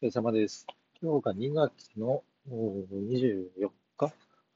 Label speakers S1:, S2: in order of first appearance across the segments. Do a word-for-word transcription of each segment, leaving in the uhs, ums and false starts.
S1: お疲れ様です。今日がにがつのおにじゅうよっか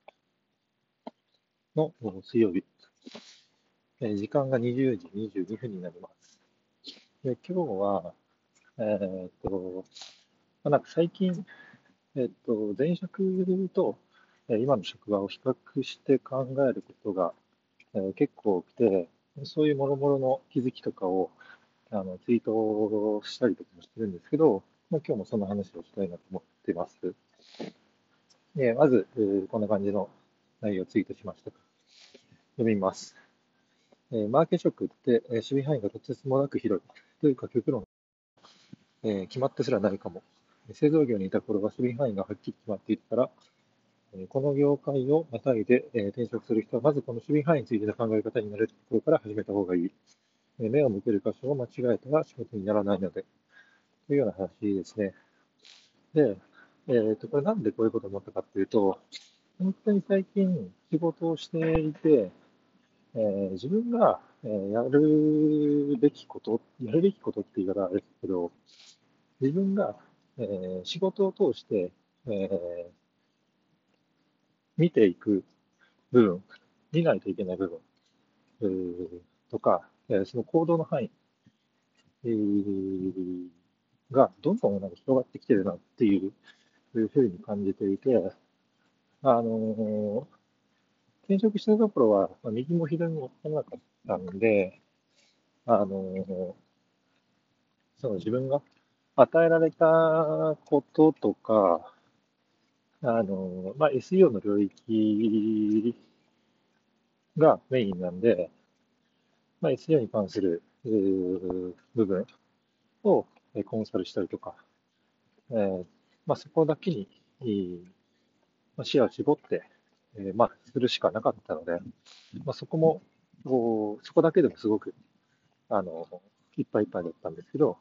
S1: のお水曜日、えー時間がにじゅうじにじゅうにふんになります。で、今日は、えーっと、まあ、なんか最近、えーっと、前職と、えー今の職場を比較して考えることが、えー結構多くて、そういう諸々の気づきとかをあのツイートをしたりとかもしてるんですけど、まあ、今日もその話をしたいなと思ってます。でまず、えーこんな感じの内容をツイートしました。読みます。えーマーケ職って、えー守備範囲がとてつもなく広い。というか極論、えー決まってすらないかも。製造業にいた頃は守備範囲がはっきり決まっていたから、えーこの業界をまたいで、えー転職する人は、まずこの守備範囲についての考え方になるところから始めた方がいい。えー目を向ける箇所を間違えたら仕事にならないので、というような話ですね。で、えーと、これなんでこういうことを思ったかっていうと、本当に最近仕事をしていて、えー自分が、えーやるべきこと、やるべきことって言い方はあれですけど、自分が、えー仕事を通して、えー見ていく部分、見ないといけない部分、えーとか、えーその行動の範囲、えーがどんどんなんか広がってきてるなっていうふうに感じていて、あのー転職したところは、まあ、右も左も分からなかったんで、あのーその自分が与えられたこととか、あの、まあ、エスイーオー の領域がメインなんで、まあ、エスイーオー に関するうー部分をえーコンサルしたりとか、えーまあ、そこだけに、いいまあ、視野を絞って、えーまあ、するしかなかったので、まあ、そこも、こうそこだけでもすごく、あの、いっぱいいっぱいだったんですけど、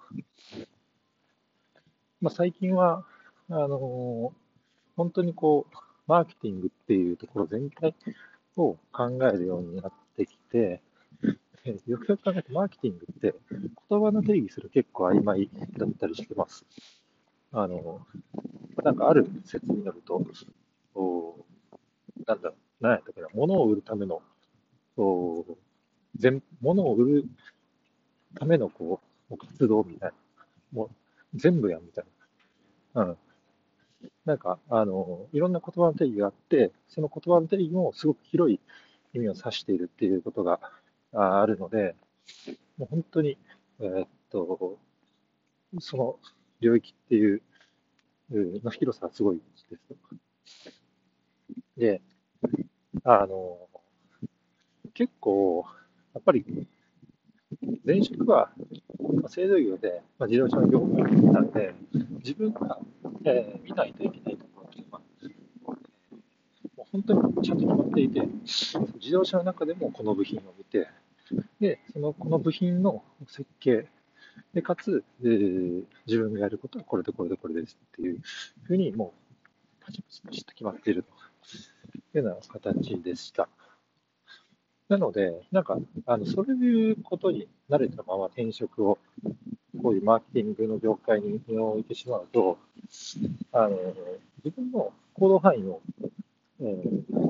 S1: まあ、最近は、あの、本当にこう、マーケティングっていうところ全体を考えるようになってきて、えよくよく考えてマーケティングって言葉の定義する結構曖昧だったりしてます。あの、なんかある説によると、おなんだろう、なんやったかな、物を売るための、お全物を売るためのこう活動みたいな、もう全部やんみたいな。うん。なんか、あの、いろんな言葉の定義があって、その言葉の定義もすごく広い意味を指しているっていうことがああるので、もう本当に、えーっと、その領域っていううんの広さはすごいです。で、あの、結構、やっぱり前職はまあ製造業で、まあ、自動車の業界なんで、自分が、えー見ないといけないところっていうのは、もう本当にちゃんと決まっていて、自動車の中でもこの部品を見て、で、そのこの部品の設計、で、かつ、えー自分がやることはこれとこれとこれですっていうふうに、もう、パチパチパチと決まっているというような形でした。なので、なんか、あの、そういうことに慣れたまま転職を、こういうマーケティングの業界に身を置いてしまうと、あの、自分の行動範囲を、えー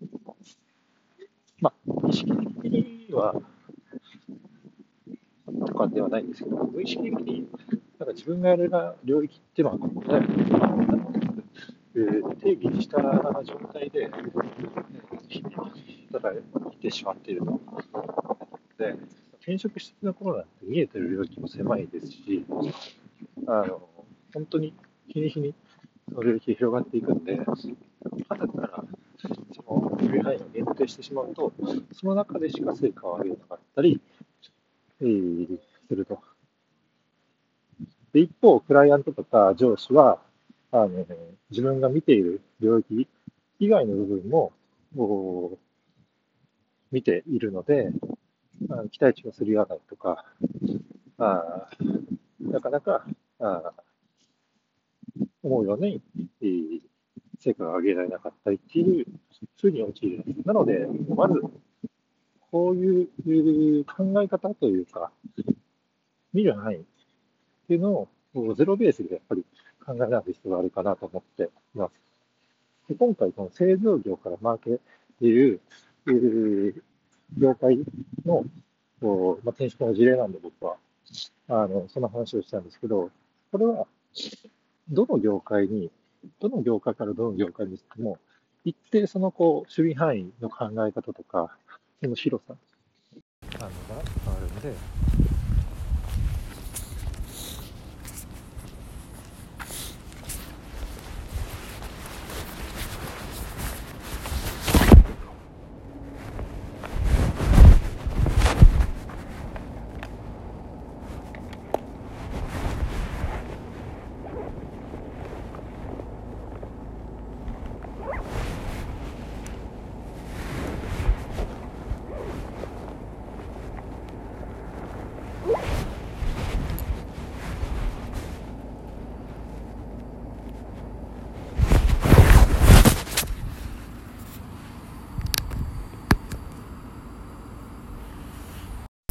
S1: まあ、意識的には、とかではないんですけど、無意識的に、なんか自分がやる領域っていうのはここだよね、えー定義した状態で、えー日々働いてしまっていると。で、転職しての頃なんて見えてる領域も狭いですし、あの、本当に日に日にその領域が広がっていくんで、後からその守備範囲を限定してしまうと、その中でしか成果を上げなかったり、えーすると。で、一方、クライアントとか上司は、あの、自分が見ている領域以外の部分も、こう見ているので、あ期待値がすり合わないとか、あなかなかあ思うように、えー成果が上げられなかったりっていうふうに陥る。なので、まず、こういう考え方というか、見る範囲っていうのをゼロベースでやっぱり考え直す必要があるかなと思っています。で今回、この製造業からマーケっていう、いう業界の、こうまあ、転職の事例なんで、僕は、あの、その話をしたんですけど、これは、どの業界に、どの業界からどの業界にしても、一定そのこう守備範囲の考え方とか、その広さあのがあるんで、